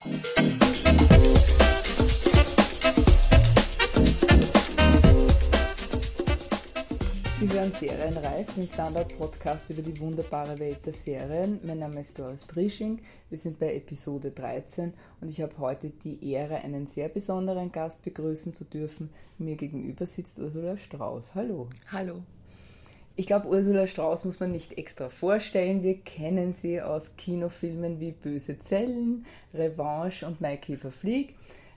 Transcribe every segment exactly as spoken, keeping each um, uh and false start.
Sie hören Serienreif, den Standard-Podcast über die wunderbare Welt der Serien. Mein Name ist Doris Prisching, wir sind bei Episode dreizehn und ich habe heute die Ehre, einen sehr besonderen Gast begrüßen zu dürfen. Mir gegenüber sitzt Ursula Strauß. Hallo. Hallo. Ich glaube, Ursula Strauß muss man nicht extra vorstellen. Wir kennen sie aus Kinofilmen wie Böse Zellen, Revanche und Maikäfer fliegt.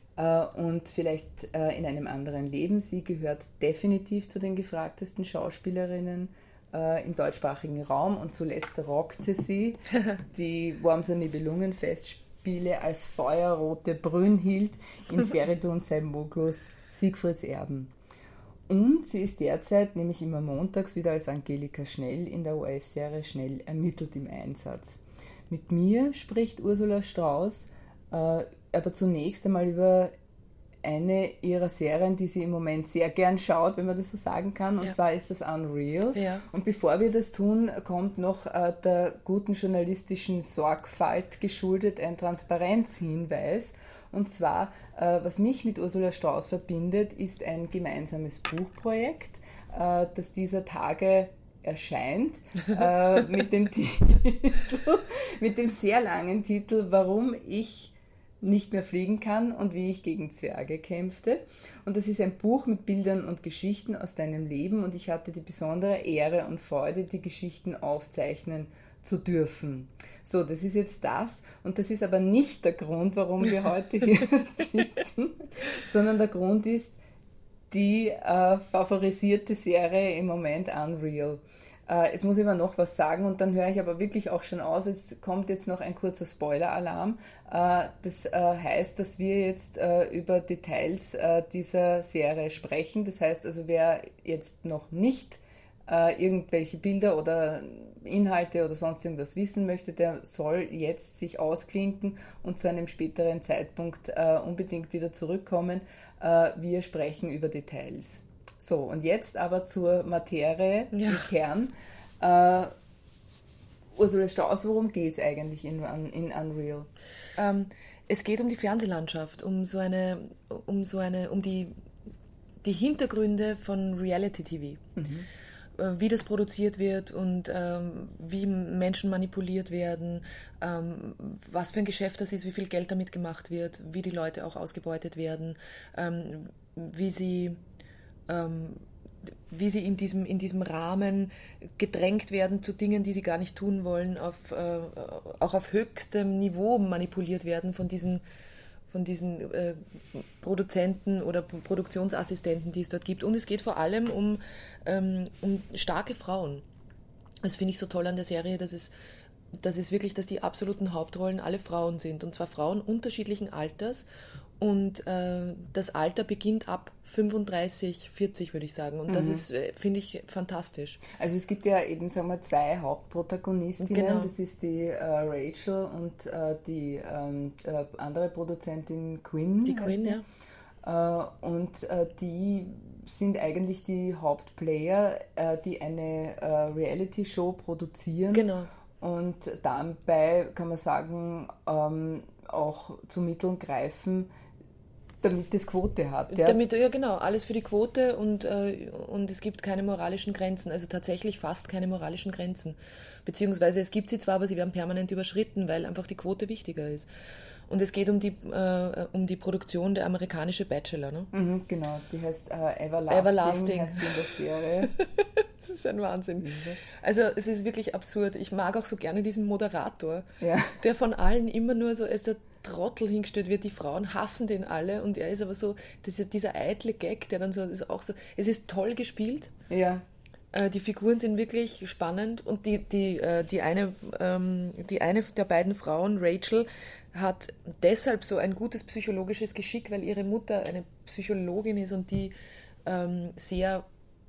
Und vielleicht in einem anderen Leben. Sie gehört definitiv zu den gefragtesten Schauspielerinnen im deutschsprachigen Raum und zuletzt rockte sie die Wormser Nibelungen-Festspiele als feuerrote Brünnhild in Feridun Seymoglos Siegfrieds Erben. Und sie ist derzeit, nämlich immer montags, wieder als Angelika Schnell in der O R F-Serie Schnell ermittelt im Einsatz. Mit mir spricht Ursula Strauß äh, aber zunächst einmal über eine ihrer Serien, die sie im Moment sehr gern schaut, wenn man das so sagen kann, und ja. zwar ist das Unreal. Ja. Und bevor wir das tun, kommt noch äh, der guten journalistischen Sorgfalt geschuldet ein Transparenzhinweis. Und zwar, äh, was mich mit Ursula Strauß verbindet, ist ein gemeinsames Buchprojekt, äh, das dieser Tage erscheint, äh, mit dem Titel, mit dem sehr langen Titel Warum ich nicht mehr fliegen kann und wie ich gegen Zwerge kämpfte. Und das ist ein Buch mit Bildern und Geschichten aus deinem Leben und ich hatte die besondere Ehre und Freude, die Geschichten aufzeichnen zu dürfen. So, das ist jetzt das und das ist aber nicht der Grund, warum wir heute hier sitzen, sondern der Grund ist die äh, favorisierte Serie im Moment Unreal. Jetzt muss ich aber noch was sagen und dann höre ich aber wirklich auch schon aus. Es kommt jetzt noch ein kurzer Spoiler-Alarm. Das heißt, dass wir jetzt über Details dieser Serie sprechen. Das heißt also, wer jetzt noch nicht irgendwelche Bilder oder Inhalte oder sonst irgendwas wissen möchte, der soll jetzt sich ausklinken und zu einem späteren Zeitpunkt unbedingt wieder zurückkommen. Wir sprechen über Details. So, und jetzt aber zur Materie ja. im Kern. Uh, Ursula Strauß, worum geht es eigentlich in, in Unreal? Ähm, es geht um die Fernsehlandschaft, um so eine, um so eine, um die, die Hintergründe von Reality-T V. Mhm. Äh, wie das produziert wird und ähm, wie Menschen manipuliert werden, ähm, was für ein Geschäft das ist, wie viel Geld damit gemacht wird, wie die Leute auch ausgebeutet werden, ähm, wie sie Ähm, wie sie in diesem, in diesem Rahmen gedrängt werden zu Dingen, die sie gar nicht tun wollen, auf, äh, auch auf höchstem Niveau manipuliert werden von diesen, von diesen äh, Produzenten oder Produktionsassistenten, die es dort gibt. Und es geht vor allem um, ähm, um starke Frauen. Das finde ich so toll an der Serie, dass es, dass es wirklich, dass die absoluten Hauptrollen alle Frauen sind. Und zwar Frauen unterschiedlichen Alters. Und äh, das Alter beginnt ab fünfunddreißig, vierzig, würde ich sagen. Und mhm. das ist, äh, finde ich, fantastisch. Also es gibt ja eben, sagen wir, zwei Hauptprotagonistinnen. Genau. Das ist die äh, Rachel und äh, die ähm, äh, andere Produzentin Quinn. Die Quinn, die. ja. Äh, und äh, die sind eigentlich die Hauptplayer, äh, die eine äh, Reality-Show produzieren. Genau. Und dabei kann man sagen, ähm, auch zu Mitteln greifen, damit es Quote hat. Ja? Damit, ja genau, alles für die Quote und, äh, und es gibt keine moralischen Grenzen, also tatsächlich fast keine moralischen Grenzen. Beziehungsweise es gibt sie zwar, aber sie werden permanent überschritten, weil einfach die Quote wichtiger ist. Und es geht um die, äh, um die Produktion der amerikanische Bachelor. Ne? Mhm, genau, die heißt äh, Everlasting, Everlasting. Heißt sie in der Serie. Das ist ein Wahnsinn. Also es ist wirklich absurd. Ich mag auch so gerne diesen Moderator, ja. der von allen immer nur so als der Trottel hingestellt wird. Die Frauen hassen den alle und er ist aber so, dieser, dieser eitle Gag, der dann so, ist auch so, es ist toll gespielt. Ja. Äh, die Figuren sind wirklich spannend und die, die, äh, die, eine, ähm, die eine der beiden Frauen, Rachel, hat deshalb so ein gutes psychologisches Geschick, weil ihre Mutter eine Psychologin ist und die ähm, sehr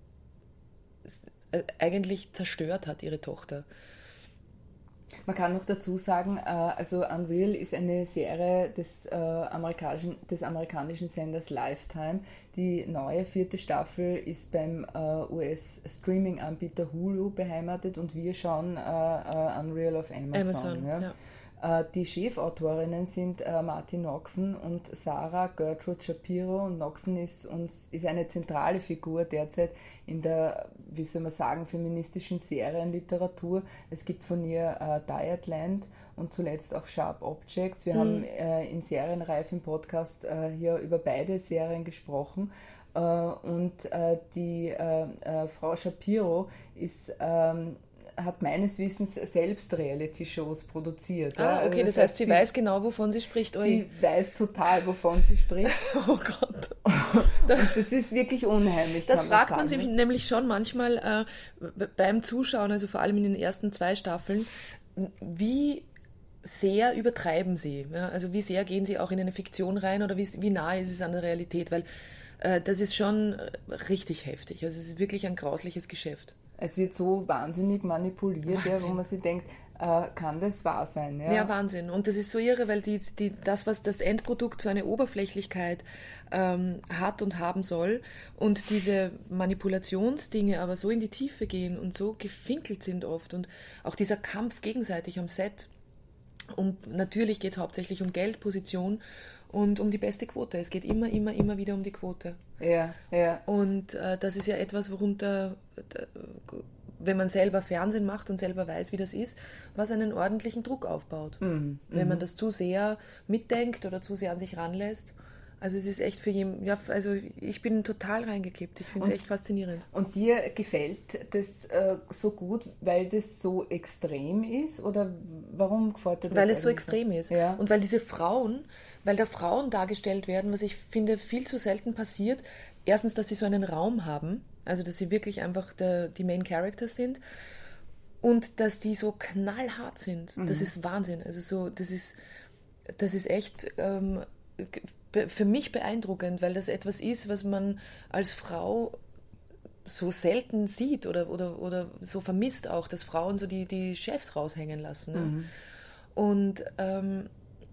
äh, eigentlich zerstört hat, ihre Tochter. Man kann noch dazu sagen, also Unreal ist eine Serie des, äh, amerikanischen, des amerikanischen Senders Lifetime. Die neue vierte Staffel ist beim äh, U S-Streaming-Anbieter Hulu beheimatet und wir schauen äh, äh, Unreal auf Amazon. Amazon ja. Äh, die Chefautorinnen sind äh, Martin Noxon und Sarah Gertrude Shapiro. Und Noxon ist, uns, ist eine zentrale Figur derzeit in der, wie soll man sagen, feministischen Serienliteratur. Es gibt von ihr äh, Dietland und zuletzt auch Sharp Objects. Wir mhm. haben äh, in Serienreif im Podcast äh, hier über beide Serien gesprochen. Äh, und äh, die äh, äh, Frau Shapiro ist... Ähm, hat meines Wissens selbst Reality-Shows produziert. Ah, okay, also das, das heißt, sie, sie weiß genau, wovon sie spricht. Sie Oi. weiß total, wovon sie spricht. Oh Gott. Und das ist wirklich unheimlich. Das fragt man sich nämlich schon manchmal äh, beim Zuschauen, also vor allem in den ersten zwei Staffeln, wie sehr übertreiben sie? Ja? Also wie sehr gehen sie auch in eine Fiktion rein oder wie, wie nahe ist es an der Realität? Weil äh, das ist schon richtig heftig. Also es ist wirklich ein grausliches Geschäft. Es wird so wahnsinnig manipuliert, ja, wo man sich denkt, äh, kann das wahr sein? Ja? ja, Wahnsinn. Und das ist so irre, weil die, die, das, was das Endprodukt so eine Oberflächlichkeit ähm, hat und haben soll und diese Manipulationsdinge aber so in die Tiefe gehen und so gefinkelt sind oft und auch dieser Kampf gegenseitig am Set. Und natürlich geht es hauptsächlich um Geld, Position und um die beste Quote. Es geht immer, immer, immer wieder um die Quote. Ja, ja. Und äh, das ist ja etwas, worunter, äh, wenn man selber Fernsehen macht und selber weiß, wie das ist, was einen ordentlichen Druck aufbaut. Mhm. Wenn man das zu sehr mitdenkt oder zu sehr an sich ranlässt. Also es ist echt für jeden, ja, also ich bin total reingekippt. Ich finde es echt faszinierend. Und dir gefällt das äh, so gut, weil das so extrem ist? Oder warum gefällt dir das? Weil es so extrem ist. Ja. Und weil diese Frauen, weil da Frauen dargestellt werden, was ich finde viel zu selten passiert. Erstens, dass sie so einen Raum haben, also dass sie wirklich einfach der, die Main Characters sind und dass die so knallhart sind. Mhm. Das ist Wahnsinn. Also so, das ist, das ist echt... Ähm, für mich beeindruckend, weil das etwas ist, was man als Frau so selten sieht oder, oder, oder so vermisst auch, dass Frauen so die, die Chefs raushängen lassen. Ne? Mhm. Und, ähm,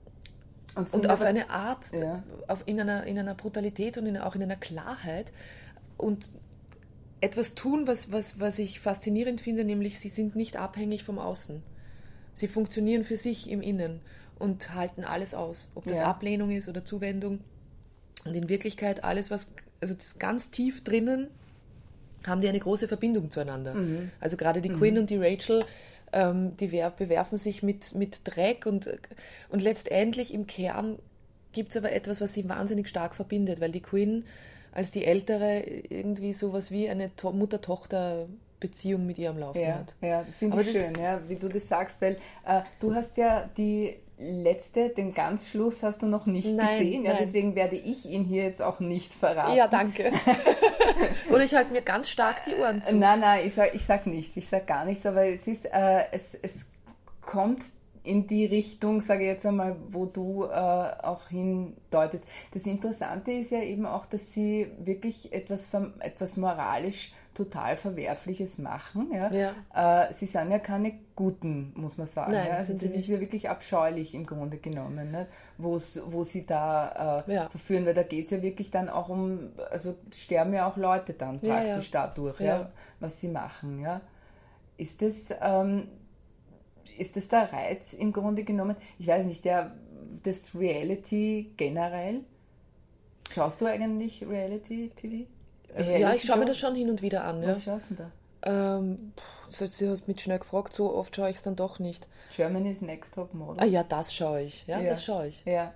und, und auf aber, eine Art, ja. auf, in, einer, in einer Brutalität und in, auch in einer Klarheit und etwas tun, was, was, was ich faszinierend finde, nämlich sie sind nicht abhängig vom Außen. Sie funktionieren für sich im Innen und halten alles aus, ob das ja. Ablehnung ist oder Zuwendung. Und in Wirklichkeit alles, was, also das ganz tief drinnen, haben die eine große Verbindung zueinander. Mhm. Also gerade die mhm. Quinn und die Rachel, ähm, die bewerfen sich mit, mit Dreck und, und letztendlich im Kern gibt es aber etwas, was sie wahnsinnig stark verbindet, weil die Quinn als die Ältere irgendwie sowas wie eine to- Mutter-Tochter- Beziehung mit ihr am Laufen ja, hat. Ja, das finde ich schön, ja, wie du das sagst, weil äh, du hast ja die letzte, den ganz Schluss hast du noch nicht nein, gesehen, ja, nein. Deswegen werde ich ihn hier jetzt auch nicht verraten. Ja, danke. Oder ich halte mir ganz stark die Ohren zu. Nein, nein, ich sage ich sag nichts, ich sage gar nichts, aber es ist, äh, es, es kommt in die Richtung, sage ich jetzt einmal, wo du äh, auch hindeutest. Das Interessante ist ja eben auch, dass sie wirklich etwas, etwas moralisch total Verwerfliches machen. Ja? Ja. Äh, sie sind ja keine Guten, muss man sagen. Nein, ja? Also das ist nicht. ja wirklich abscheulich im Grunde genommen, ne? wo sie da äh, ja. verführen, weil da geht es ja wirklich dann auch um, also sterben ja auch Leute dann ja, praktisch ja. dadurch, ja. Ja, was sie machen. Ja? Ist das... Ähm, Ist das der Reiz im Grunde genommen? Ich weiß nicht, der, das Reality generell? Schaust du eigentlich Reality-T V? Reality ja, ich schaue mir das schon hin und wieder an. Was ja. schaust du da? Ähm, du hast mich schnell gefragt, so oft schaue ich es dann doch nicht. Germany's Next Top Model. Ah ja, das schaue ich. Ja, ja. das schaue ich. Ja.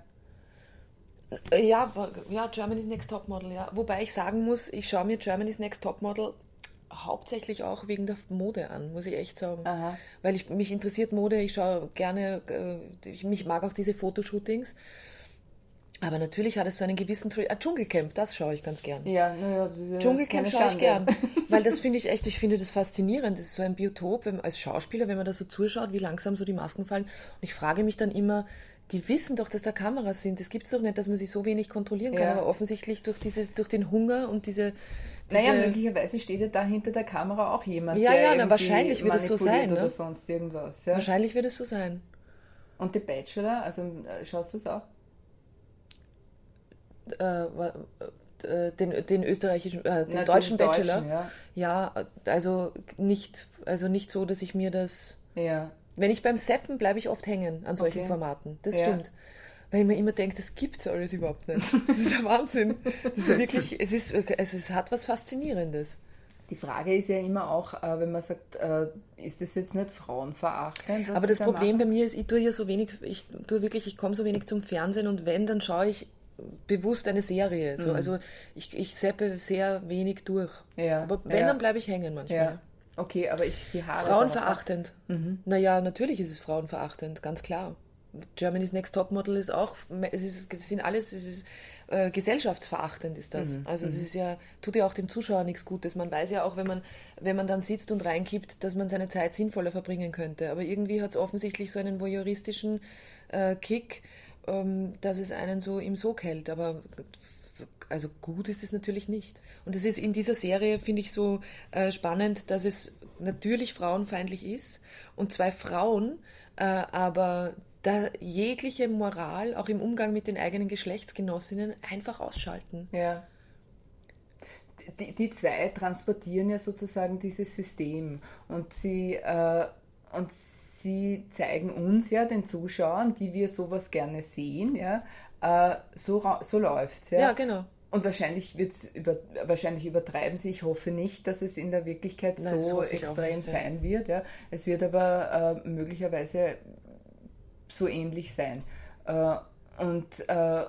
Ja, ja, Germany's Next Top Model, ja. Wobei ich sagen muss, ich schaue mir Germany's Next Top Model hauptsächlich auch wegen der Mode an, muss ich echt sagen. Aha. Weil ich, mich interessiert Mode, ich schaue gerne, äh, ich mich mag auch diese Fotoshootings. Aber natürlich hat es so einen gewissen Thrill. Ah, Dschungelcamp, das schaue ich ganz gern. Ja, naja, das ist ja Dschungelcamp schaue ich gern. Weil das finde ich echt, ich finde das faszinierend. Das ist so ein Biotop, wenn, als Schauspieler, wenn man da so zuschaut, wie langsam so die Masken fallen. Und ich frage mich dann immer, die wissen doch, dass da Kameras sind. Das gibt es doch nicht, dass man sie so wenig kontrollieren kann. Ja. Aber offensichtlich durch, dieses, durch den Hunger und diese... Diese naja, möglicherweise steht ja da hinter der Kamera auch jemand, ja, der ja, na, wahrscheinlich wird es so sein, oder ne? sonst irgendwas. Ja? Wahrscheinlich wird es so sein. Und The Bachelor, also schaust du es auch? Äh, äh, den, den österreichischen, äh, den na, deutschen den Bachelor. Deutschen, ja. ja, also nicht, also nicht so, dass ich mir das ja. Wenn ich beim Seppen bleibe ich oft hängen an solchen Okay. Formaten. Das Ja. stimmt. Weil ich mir immer denke, das gibt's alles überhaupt nicht. Das ist ein Wahnsinn. Das ist wirklich, es ist, es ist, hat was Faszinierendes. Die Frage ist ja immer auch, äh, wenn man sagt, äh, ist das jetzt nicht frauenverachtend? was Aber die das da Problem bei machen? mir ist, ich tue ja so wenig, ich tue wirklich, ich komme so wenig zum Fernsehen und wenn, dann schaue ich bewusst eine Serie. Mhm. So, also ich, ich seppe sehr wenig durch. Ja, Aber wenn, ja. dann bleibe ich hängen manchmal. Ja, okay, aber ich beharre Frauenverachtend. Mhm. Naja, natürlich ist es frauenverachtend, ganz klar. Germany's Next Topmodel ist auch, es, ist, es sind alles, es ist äh, gesellschaftsverachtend ist das. Mhm. Also es ist ja, tut ja auch dem Zuschauer nichts Gutes. Man weiß ja auch, wenn man, wenn man dann sitzt und reinkippt, dass man seine Zeit sinnvoller verbringen könnte. Aber irgendwie hat es offensichtlich so einen voyeuristischen äh, Kick, ähm, dass es einen so im Sog hält. Aber also gut ist es natürlich nicht. Und es ist in dieser Serie, finde ich, so äh, spannend, dass es natürlich frauenfeindlich ist und zwei Frauen, äh, aber da jegliche Moral, auch im Umgang mit den eigenen Geschlechtsgenossinnen, einfach ausschalten. Ja. Die, die zwei transportieren ja sozusagen dieses System und sie, äh, und sie zeigen uns ja, den Zuschauern, die wir sowas gerne sehen, ja, äh, so, ra- so läuft's. Ja, Ja, genau. Und wahrscheinlich wird's über, wahrscheinlich übertreiben sie. Ich hoffe nicht, dass es in der Wirklichkeit Nein, das so hoffe ich auch extrem nicht, ja. sein wird. Ja. Es wird aber äh, möglicherweise so ähnlich sein. Äh, und, äh,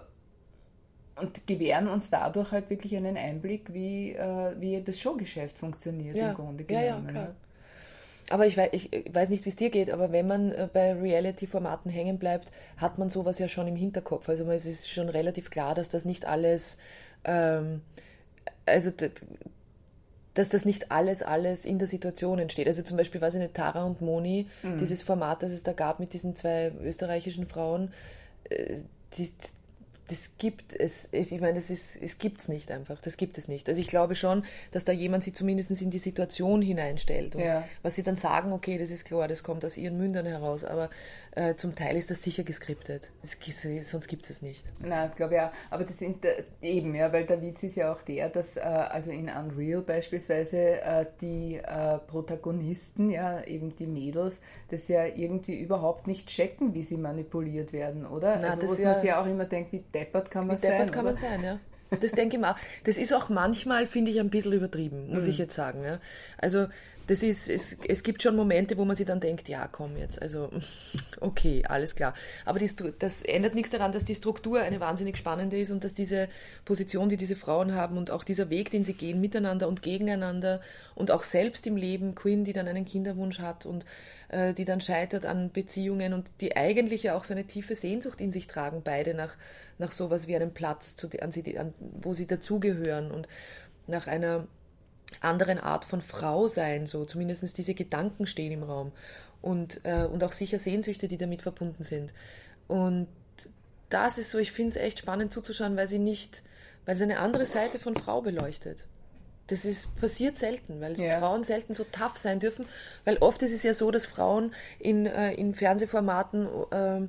und gewähren uns dadurch halt wirklich einen Einblick, wie, äh, wie das Showgeschäft funktioniert Ja. im Grunde Ja, ja, genommen. klar. Aber ich weiß, ich weiß nicht, wie es dir geht, aber wenn man äh, bei Reality-Formaten hängen bleibt, hat man sowas ja schon im Hinterkopf. Also es ist schon relativ klar, dass das nicht alles, ähm, also d- dass das nicht alles, alles in der Situation entsteht. Also zum Beispiel, weiß ich nicht, Tara und Moni, dieses Format, das es da gab mit diesen zwei österreichischen Frauen, äh, die, das gibt es, ich meine, das ist, es gibt es nicht einfach, das gibt es nicht. Also ich glaube schon, dass da jemand sie zumindest in die Situation hineinstellt. Und Ja. was sie dann sagen, okay, das ist klar, das kommt aus ihren Mündern heraus, aber äh, zum Teil ist das sicher geskriptet. Das, gibt- sonst gibt es es nicht. Nein, glaube ja. Aber das sind äh, eben, ja, weil der Witz ist ja auch der, dass äh, also in Unreal beispielsweise äh, die äh, Protagonisten, ja, eben die Mädels, das ja irgendwie überhaupt nicht checken, wie sie manipuliert werden, oder? Na, also das wo ja- man sich ja auch immer denkt, wie deppert kann man Wie deppert sein. kann oder? man sein, ja. Das denke ich mir auch. Das ist auch manchmal, finde ich, ein bisschen übertrieben, muss ich jetzt sagen. Ja. Also das ist, es, es gibt schon Momente, wo man sich dann denkt, ja komm jetzt, also okay, alles klar. Aber die, Stru- das ändert nichts daran, dass die Struktur eine wahnsinnig spannende ist und dass diese Position, die diese Frauen haben und auch dieser Weg, den sie gehen, miteinander und gegeneinander und auch selbst im Leben, Quinn, die dann einen Kinderwunsch hat und äh, die dann scheitert an Beziehungen und die eigentlich ja auch so eine tiefe Sehnsucht in sich tragen, beide nach, nach sowas wie einem Platz, zu, an sie, an, wo sie dazugehören und nach einer anderen Art von Frau sein, so zumindest diese Gedanken stehen im Raum und, äh, und auch sicher Sehnsüchte, die damit verbunden sind. Und das ist so, ich finde es echt spannend zuzuschauen, weil sie nicht, weil es eine andere Seite von Frau beleuchtet. Das ist, passiert selten, weil Ja. Frauen selten so tough sein dürfen, weil oft ist es ja so, dass Frauen in, äh, in Fernsehformaten äh,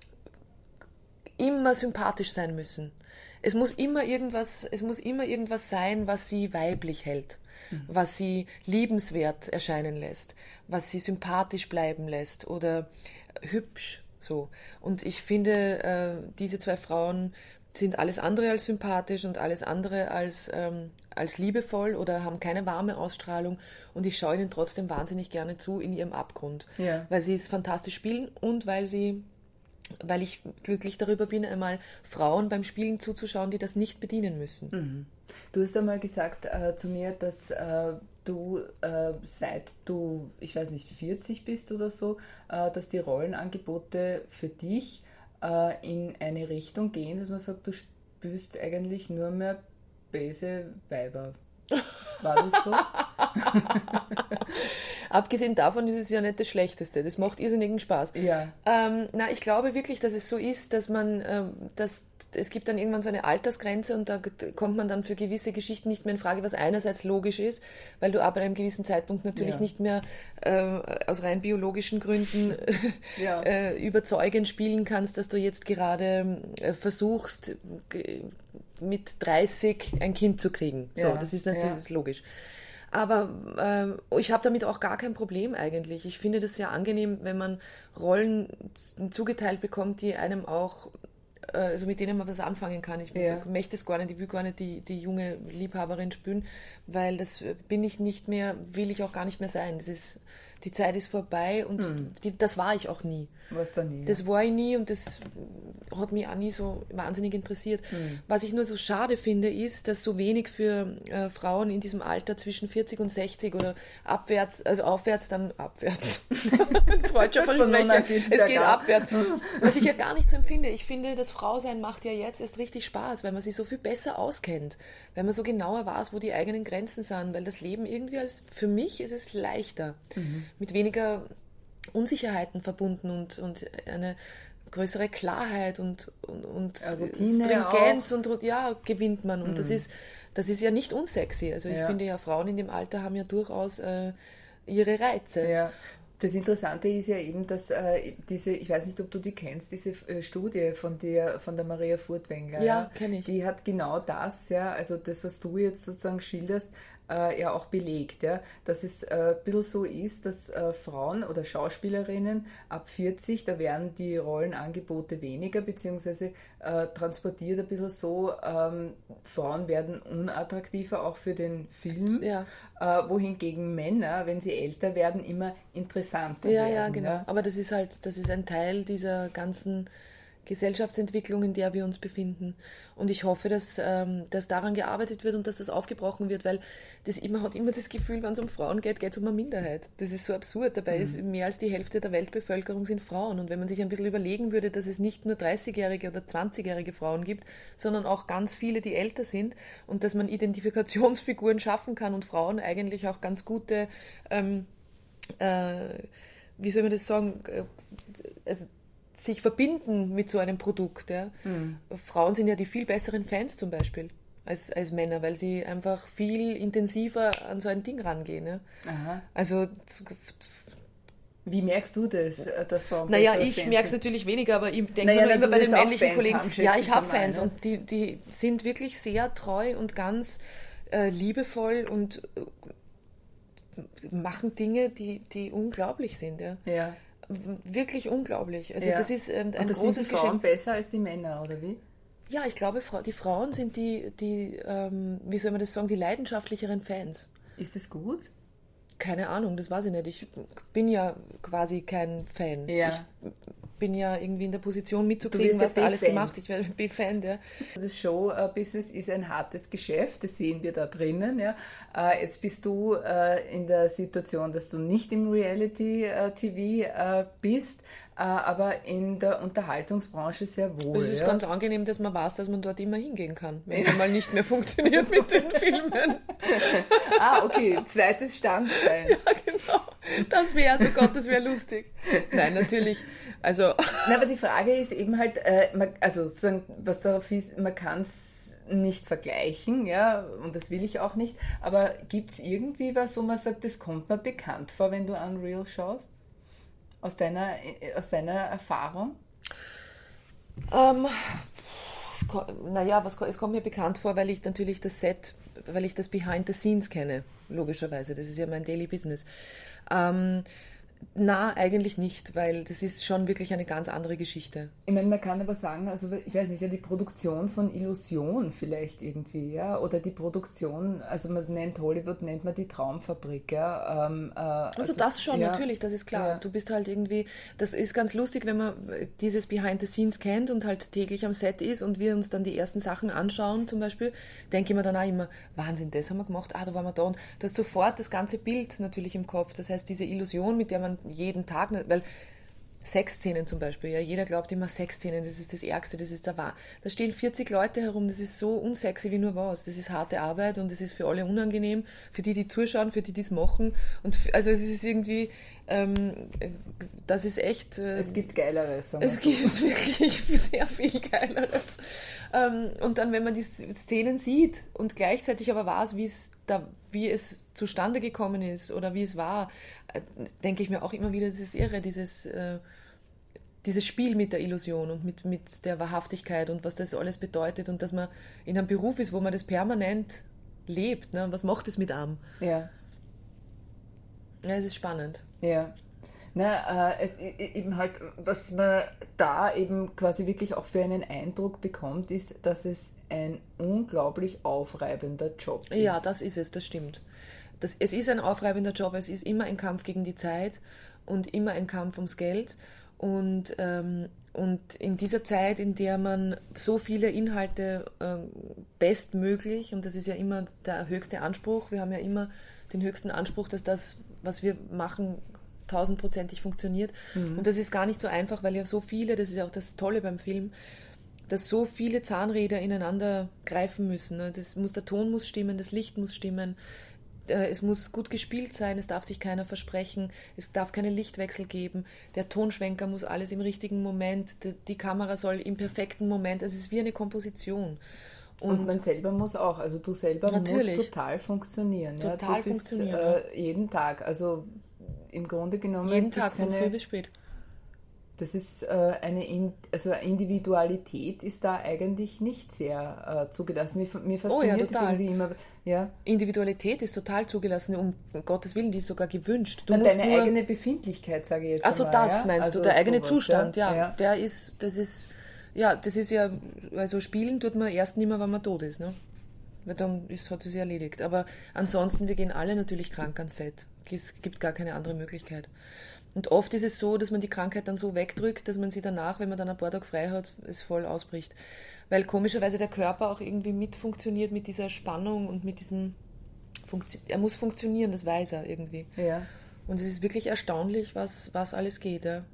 immer sympathisch sein müssen. Es muss immer irgendwas, es muss immer irgendwas sein, was sie weiblich hält, was sie liebenswert erscheinen lässt, was sie sympathisch bleiben lässt oder hübsch so. Und ich finde, äh, diese zwei Frauen sind alles andere als sympathisch und alles andere als, ähm, als liebevoll oder haben keine warme Ausstrahlung und ich schaue ihnen trotzdem wahnsinnig gerne zu in ihrem Abgrund, Ja. weil sie es fantastisch spielen und weil sie weil ich glücklich darüber bin, einmal Frauen beim Spielen zuzuschauen, die das nicht bedienen müssen. Du hast einmal gesagt äh, zu mir, dass äh, du äh, seit du, ich weiß nicht, vierzig bist oder so, äh, dass die Rollenangebote für dich äh, in eine Richtung gehen, dass man sagt, du spielst eigentlich nur mehr böse Weiber. War das so? Abgesehen davon ist es ja nicht das Schlechteste. Das macht irrsinnigen Spaß. Ja. Ähm, na, ich glaube wirklich, dass es so ist, dass man, ähm, dass es gibt dann irgendwann so eine Altersgrenze und da g- kommt man dann für gewisse Geschichten nicht mehr in Frage, was einerseits logisch ist, weil du ab einem gewissen Zeitpunkt natürlich Ja. nicht mehr äh, aus rein biologischen Gründen Ja. äh, überzeugend spielen kannst, dass du jetzt gerade äh, versuchst, g- mit dreißig ein Kind zu kriegen. So, Ja, das ist natürlich ja. logisch. Aber äh, ich habe damit auch gar kein Problem eigentlich. Ich finde das sehr angenehm, wenn man Rollen zugeteilt bekommt, die einem auch, äh, also mit denen man was anfangen kann. Ich ja. möchte es gar nicht, ich will gar nicht die, die junge Liebhaberin spielen, weil das bin ich nicht mehr, will ich auch gar nicht mehr sein. Das ist, die Zeit ist vorbei und hm. die, das war ich auch nie. Was da nie? Das war ich nie und das hat mich auch nie so wahnsinnig interessiert. Hm. Was ich nur so schade finde, ist, dass so wenig für äh, Frauen in diesem Alter zwischen vierzig und sechzig oder abwärts, also aufwärts, dann abwärts. Freudscher Versprecher, es geht ab. abwärts. Was ich ja gar nicht so empfinde. Ich finde, das Frausein macht ja jetzt erst richtig Spaß, weil man sich so viel besser auskennt, weil man so genauer weiß, wo die eigenen Grenzen sind, weil das Leben irgendwie als, für mich ist es leichter, mhm. mit weniger Unsicherheiten verbunden und, und eine größere Klarheit und, und, und Stringenz und, und ja, gewinnt man. Und mhm. das ist, das ist ja nicht unsexy. Also ich ja. finde ja, Frauen in dem Alter haben ja durchaus äh, ihre Reize. Ja. Das Interessante ist ja eben, dass äh, diese, ich weiß nicht, ob du die kennst, diese äh, Studie von der, von der Maria Furtwängler. Ja, ja kenne ich. Die hat genau das, ja, also das, was du jetzt sozusagen schilderst, Äh, ja auch belegt, ja, dass es äh, ein bisschen so ist, dass äh, Frauen oder Schauspielerinnen ab vierzig, da werden die Rollenangebote weniger, beziehungsweise äh, transportiert ein bisschen so, ähm, Frauen werden unattraktiver auch für den Film, ja. äh, wohingegen Männer, wenn sie älter werden, immer interessanter ja, werden. Ja, genau. Ja. Aber das ist halt, das ist ein Teil dieser ganzen Gesellschaftsentwicklung, in der wir uns befinden. Und ich hoffe, dass, ähm, dass daran gearbeitet wird und dass das aufgebrochen wird, weil das immer, hat immer das Gefühl, wenn es um Frauen geht, geht es um eine Minderheit. Das ist so absurd. Dabei mhm. ist mehr als die Hälfte der Weltbevölkerung sind Frauen. Und wenn man sich ein bisschen überlegen würde, dass es nicht nur dreißigjährige oder zwanzigjährige Frauen gibt, sondern auch ganz viele, die älter sind und dass man Identifikationsfiguren schaffen kann und Frauen eigentlich auch ganz gute, ähm, äh, wie soll man das sagen, äh, also sich verbinden mit so einem Produkt. Ja. Mhm. Frauen sind ja die viel besseren Fans zum Beispiel als, als Männer, weil sie einfach viel intensiver an so ein Ding rangehen. Ja. Aha. Also wie merkst du das, dass Frauen Naja, ich merke es natürlich weniger, aber ich denke naja, nur immer bei den männlichen Kollegen. Haben, ja, ich habe Fans und die, die sind wirklich sehr treu und ganz äh, liebevoll und äh, machen Dinge, die, die unglaublich sind. Ja. Ja. Wirklich unglaublich. Also ja. das ist ähm, ein und das großes sind die Frauen Geschenk. Besser als die Männer, oder wie? Ja, ich glaube, die Frauen sind die, die ähm, wie soll man das sagen, die leidenschaftlicheren Fans. Ist das gut? Keine Ahnung, das weiß ich nicht. Ich bin ja quasi kein Fan. Ja. Ich bin ja irgendwie in der Position mitzukriegen, was da alles gemacht. Ich werde B-Fan, ja. Das Show-Business ist ein hartes Geschäft, das sehen wir da drinnen. Ja. Jetzt bist du in der Situation, dass du nicht im Reality-T V bist, aber in der Unterhaltungsbranche sehr wohl. Es ist ja. ganz angenehm, dass man weiß, dass man dort immer hingehen kann, wenn es einmal nicht mehr funktioniert mit den Filmen. Ah, okay, zweites Standbein. Ja, genau. Das wäre, also Gott, das wäre lustig. Nein, natürlich. Also. Na, aber die Frage ist eben halt, äh, man, also sozusagen, was darauf ist, man kann es nicht vergleichen, ja, und das will ich auch nicht, aber gibt es irgendwie was, wo man sagt, das kommt mir bekannt vor, wenn du Unreal schaust? Aus deiner, aus deiner Erfahrung? Ähm, naja, was, es kommt mir bekannt vor, weil ich natürlich das Set, weil ich das Behind the Scenes kenne, logischerweise. Das ist ja mein Daily Business. Ähm, Na, eigentlich nicht, weil das ist schon wirklich eine ganz andere Geschichte. Ich meine, man kann aber sagen, also ich weiß nicht, ja, die Produktion von Illusion vielleicht irgendwie, ja, oder die Produktion, also man nennt Hollywood, nennt man die Traumfabrik, ja. Ähm, äh, also, also das schon, ja, natürlich, das ist klar. Ja. Du bist halt irgendwie, das ist ganz lustig, wenn man dieses Behind the Scenes kennt und halt täglich am Set ist und wir uns dann die ersten Sachen anschauen zum Beispiel, denke ich mir dann auch immer, Wahnsinn, das haben wir gemacht, ah, da waren wir da und du hast sofort das ganze Bild natürlich im Kopf, das heißt, diese Illusion, mit der man jeden Tag, weil Sexszenen zum Beispiel, ja, jeder glaubt immer Sexszenen, das ist das Ärgste, das ist der Wahr. Da stehen vierzig Leute herum, das ist so unsexy wie nur was. Das ist harte Arbeit und das ist für alle unangenehm, für die, die zuschauen, für die, die es machen. Und für, also es ist irgendwie, ähm, das ist echt... Äh, es gibt Geileres. Es gibt wirklich sehr viel Geileres. ähm, und dann, wenn man die Szenen sieht und gleichzeitig aber weiß, wie es da, wie es zustande gekommen ist oder wie es war, äh, denke ich mir auch immer wieder, das ist irre, dieses... Äh, dieses Spiel mit der Illusion und mit, mit der Wahrhaftigkeit und was das alles bedeutet und dass man in einem Beruf ist, wo man das permanent lebt. Ne? Was macht es mit einem? Ja. Ja, es ist spannend. Ja. Na, äh, eben halt, was man da eben quasi wirklich auch für einen Eindruck bekommt, ist, dass es ein unglaublich aufreibender Job ist. Ja, das ist es, das stimmt. Das, es ist ein aufreibender Job, es ist immer ein Kampf gegen die Zeit und immer ein Kampf ums Geld. Und, ähm, und in dieser Zeit, in der man so viele Inhalte äh, bestmöglich, und das ist ja immer der höchste Anspruch, wir haben ja immer den höchsten Anspruch, dass das, was wir machen, tausendprozentig funktioniert. Mhm. Und das ist gar nicht so einfach, weil ja so viele, das ist ja auch das Tolle beim Film, dass so viele Zahnräder ineinander greifen müssen. Das muss, der Ton muss stimmen, das Licht muss stimmen, es muss gut gespielt sein, es darf sich keiner versprechen, es darf keine Lichtwechsel geben, der Tonschwenker muss alles im richtigen Moment, die Kamera soll im perfekten Moment, es ist wie eine Komposition. Und, und man selber muss auch, also du selber natürlich. musst total funktionieren. Total ja, das funktionieren. Ist, äh, jeden Tag, also im Grunde genommen... Jeden Tag, von früh bis spät. Das ist äh, eine, In- also Individualität ist da eigentlich nicht sehr äh, zugelassen. Mir, mir fasziniert oh ja, das irgendwie immer. Ja. Individualität ist total zugelassen, um Gottes Willen, die ist sogar gewünscht. Du Na, musst deine nur... eigene Befindlichkeit, sage ich jetzt Also einmal, das ja? meinst also du, der eigene sowas, Zustand, ja. ja. ja. Der ist, das ist, ja, das ist ja, also spielen tut man erst nicht mehr, wenn man tot ist, ne? Weil dann ist, hat es sich erledigt. Aber ansonsten, wir gehen alle natürlich krank ans Set. Es gibt gar keine andere Möglichkeit. Und oft ist es so, dass man die Krankheit dann so wegdrückt, dass man sie danach, wenn man dann ein paar Tage frei hat, es voll ausbricht. Weil komischerweise der Körper auch irgendwie mit funktioniert mit dieser Spannung und mit diesem... Funktio- er muss funktionieren, das weiß er irgendwie. Ja. Und es ist wirklich erstaunlich, was, was alles geht. Ja.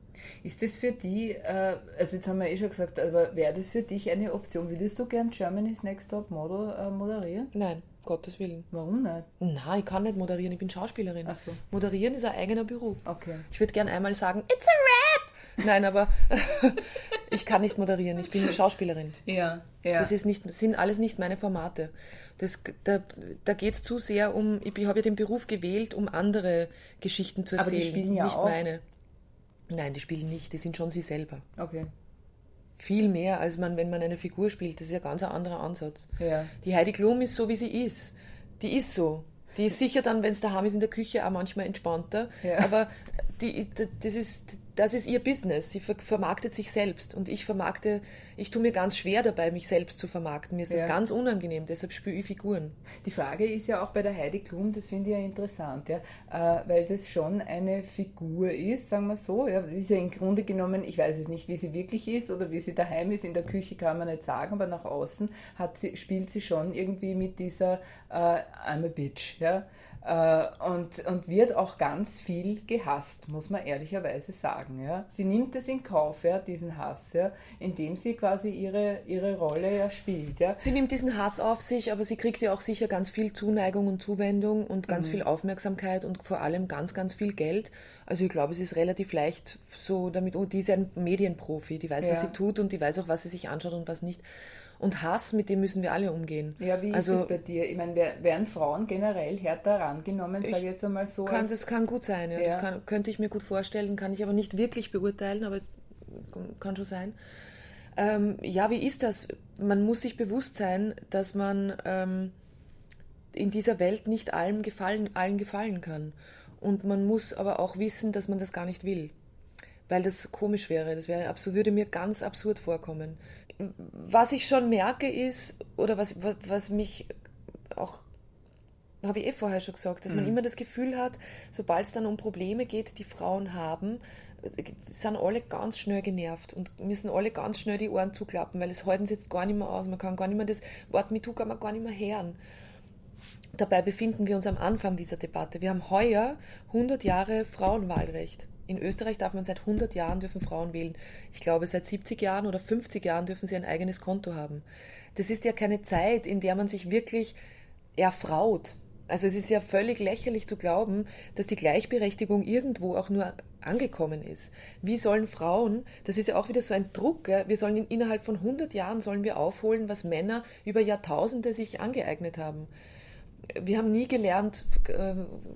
Ist das für die, äh, also jetzt haben wir eh schon gesagt, aber wäre das für dich eine Option? Würdest du gern Germany's Next Top Model äh, moderieren? Nein, Gottes Willen. Warum nicht? Nein, ich kann nicht moderieren, ich bin Schauspielerin. Ach so. Moderieren ist ein eigener Beruf. Okay. Ich würde gern einmal sagen, it's a rap! Nein, aber ich kann nicht moderieren, ich bin Schauspielerin. Ja, ja. Das ist nicht, sind alles nicht meine Formate. Das, da da geht es zu sehr um, ich habe ja den Beruf gewählt, um andere Geschichten zu erzählen. Aber die spielen ja nicht auch. meine. Nein, die spielen nicht, die sind schon sie selber. Okay. Viel mehr, als man, wenn man eine Figur spielt. Das ist ja ganz ein anderer Ansatz. Ja. Die Heidi Klum ist so, wie sie ist. Die ist so. Die ist sicher dann, wenn es daheim ist in der Küche, auch manchmal entspannter. Ja. Aber die, das, ist, das ist ihr Business. Sie vermarktet sich selbst. Und ich vermarkte, ich tue mir ganz schwer dabei, mich selbst zu vermarkten. Mir ist das Ja. ganz unangenehm. Deshalb spiele ich Figuren. Die Frage ist ja auch bei der Heidi Klum, das finde ich ja interessant, ja, äh, weil das schon eine Figur ist, sagen wir so. Ja, das ist ja im Grunde genommen, ich weiß es nicht, wie sie wirklich ist oder wie sie daheim ist, in der Küche kann man nicht sagen, aber nach außen hat sie, spielt sie schon irgendwie mit dieser äh, I'm a bitch, ja. Und, und wird auch ganz viel gehasst, muss man ehrlicherweise sagen. Ja. Sie nimmt es in Kauf, ja, diesen Hass, ja, indem sie quasi ihre, ihre Rolle ja spielt. Ja. Sie nimmt diesen Hass auf sich, aber sie kriegt ja auch sicher ganz viel Zuneigung und Zuwendung und ganz mhm. viel Aufmerksamkeit und vor allem ganz, ganz viel Geld. Also ich glaube, es ist relativ leicht so damit, und die ist ein Medienprofi, die weiß, ja. was sie tut und die weiß auch, was sie sich anschaut und was nicht. Und Hass, mit dem müssen wir alle umgehen. Ja, wie also, ist das bei dir? Ich meine, werden Frauen generell härter herangenommen, sage ich jetzt einmal so? Kann, das kann gut sein, ja. ja. Das kann, könnte ich mir gut vorstellen, kann ich aber nicht wirklich beurteilen, aber kann schon sein. Ähm, ja, wie ist das? Man muss sich bewusst sein, dass man ähm, in dieser Welt nicht allem gefallen, allen gefallen kann. Und man muss aber auch wissen, dass man das gar nicht will. Weil das komisch wäre, das wäre absurd, würde mir ganz absurd vorkommen. Was ich schon merke ist, oder was, was, was mich auch, habe ich eh vorher schon gesagt, dass man mhm. immer das Gefühl hat, sobald es dann um Probleme geht, die Frauen haben, sind alle ganz schnell genervt und müssen alle ganz schnell die Ohren zuklappen, weil es halten sie jetzt gar nicht mehr aus, man kann gar nicht mehr das Wort MeToo kann man gar nicht mehr hören. Dabei befinden wir uns am Anfang dieser Debatte. Wir haben heuer hundert Jahre Frauenwahlrecht. In Österreich darf man seit hundert Jahren dürfen Frauen wählen. Ich glaube, seit siebzig Jahren oder fünfzig Jahren dürfen sie ein eigenes Konto haben. Das ist ja keine Zeit, in der man sich wirklich erfraut. Also es ist ja völlig lächerlich zu glauben, dass die Gleichberechtigung irgendwo auch nur angekommen ist. Wie sollen Frauen, das ist ja auch wieder so ein Druck, ja, wir sollen in, innerhalb von hundert Jahren sollen wir aufholen, was Männer über Jahrtausende sich angeeignet haben. Wir haben nie gelernt, äh,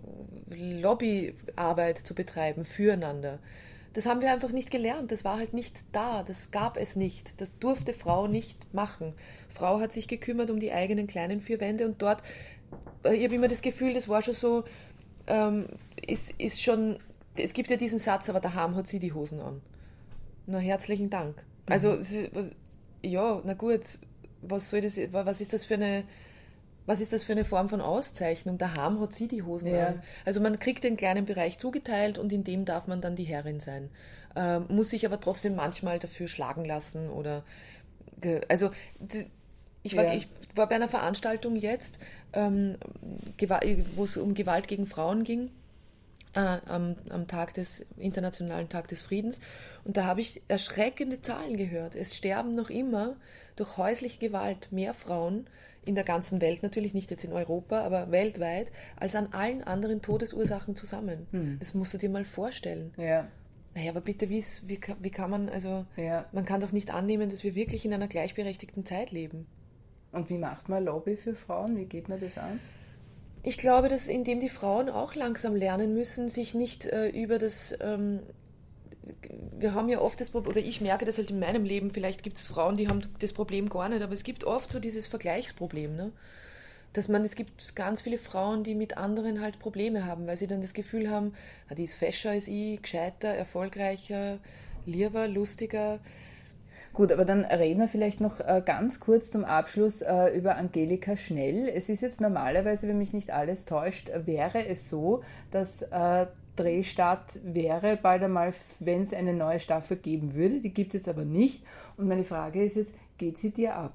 Lobbyarbeit zu betreiben füreinander. Das haben wir einfach nicht gelernt. Das war halt nicht da. Das gab es nicht. Das durfte Frau nicht machen. Frau hat sich gekümmert um die eigenen kleinen vier Wände und dort, ich habe immer das Gefühl, das war schon so, ähm, ist, ist schon, es gibt ja diesen Satz, aber daheim hat sie die Hosen an. Na, herzlichen Dank. Mhm. Also, ja, na gut, was soll das, was ist das für eine, was ist das für eine Form von Auszeichnung? Daheim hat sie die Hosen ja. an. Also man kriegt den kleinen Bereich zugeteilt und in dem darf man dann die Herrin sein. Ähm, muss sich aber trotzdem manchmal dafür schlagen lassen oder, also, ich war, ja. ich war bei einer Veranstaltung jetzt, ähm, wo es um Gewalt gegen Frauen ging, äh, am, am Tag des Internationalen Tag des Friedens. Und da habe ich erschreckende Zahlen gehört. Es sterben noch immer durch häusliche Gewalt mehr Frauen in der ganzen Welt, natürlich nicht jetzt in Europa, aber weltweit, als an allen anderen Todesursachen zusammen. Hm. Das musst du dir mal vorstellen. Ja. Naja, aber bitte, wie, wie, wie kann man, also, ja. man kann doch nicht annehmen, dass wir wirklich in einer gleichberechtigten Zeit leben. Und wie macht man Lobby für Frauen? Wie geht man das an? Ich glaube, dass indem die Frauen auch langsam lernen müssen, sich nicht äh, über das, ähm, wir haben ja oft das Problem, oder ich merke das halt in meinem Leben, vielleicht gibt es Frauen, die haben das Problem gar nicht, aber es gibt oft so dieses Vergleichsproblem, ne? Dass man, es gibt ganz viele Frauen, die mit anderen halt Probleme haben, weil sie dann das Gefühl haben, ah, die ist fescher als ich, gescheiter, erfolgreicher, lieber, lustiger. Gut, aber dann reden wir vielleicht noch äh, ganz kurz zum Abschluss äh, über Angelika Schnell. Es ist jetzt normalerweise, wenn mich nicht alles täuscht, wäre es so, dass äh, Drehstart wäre bald einmal, wenn es eine neue Staffel geben würde. Die gibt es jetzt aber nicht. Und meine Frage ist jetzt, geht sie dir ab?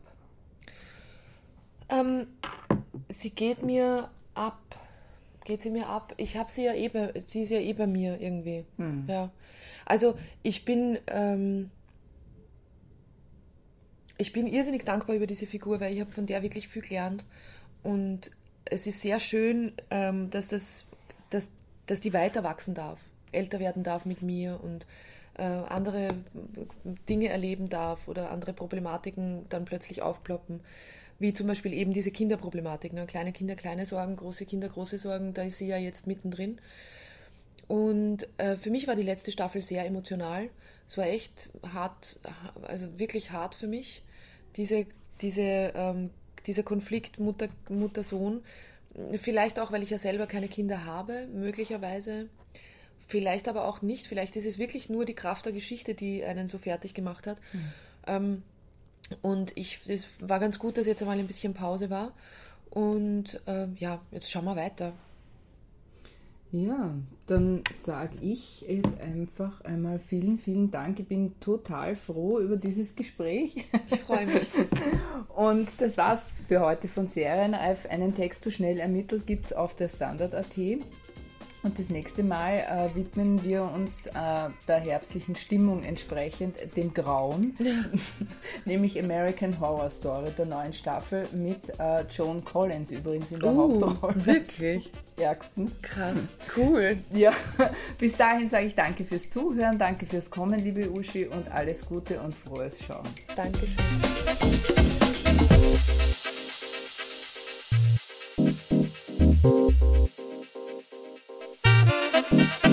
Ähm, sie geht mir ab. Geht sie mir ab? Ich habe sie ja eh bei, sie ist ja eh bei mir irgendwie. Hm. Ja. Also ich bin... Ähm, Ich bin irrsinnig dankbar über diese Figur, weil ich habe von der wirklich viel gelernt. Und es ist sehr schön, dass, das, dass, dass die weiter wachsen darf, älter werden darf mit mir und äh, andere Dinge erleben darf oder andere Problematiken dann plötzlich aufploppen. Wie zum Beispiel eben diese Kinderproblematik. Ne? Kleine Kinder, kleine Sorgen, große Kinder, große Sorgen. Da ist sie ja jetzt mittendrin. Und äh, für mich war die letzte Staffel sehr emotional. Es war echt hart, also wirklich hart für mich. Diese, diese, ähm, dieser Konflikt Mutter, Mutter-Sohn, vielleicht auch, weil ich ja selber keine Kinder habe, möglicherweise, vielleicht aber auch nicht, vielleicht ist es wirklich nur die Kraft der Geschichte, die einen so fertig gemacht hat. Mhm. Ähm, und ich, es war ganz gut, dass jetzt einmal ein bisschen Pause war und äh, ja, jetzt schauen wir weiter. Ja, dann sage ich jetzt einfach einmal vielen, vielen Dank. Ich bin total froh über dieses Gespräch. Ich freue mich. Und das war's für heute von Serienreif. Einen Text so schnell ermittelt gibt es auf der Standard Punkt at. Und das nächste Mal äh, widmen wir uns äh, der herbstlichen Stimmung entsprechend dem Grauen, nämlich American Horror Story, der neuen Staffel mit äh, Joan Collins übrigens in der uh, Hauptrolle. Wirklich? Ärgstens. Krass. Cool. Ja, bis dahin sage ich danke fürs Zuhören, danke fürs Kommen, liebe Uschi, und alles Gute und frohes Schauen. Dankeschön. Thank you.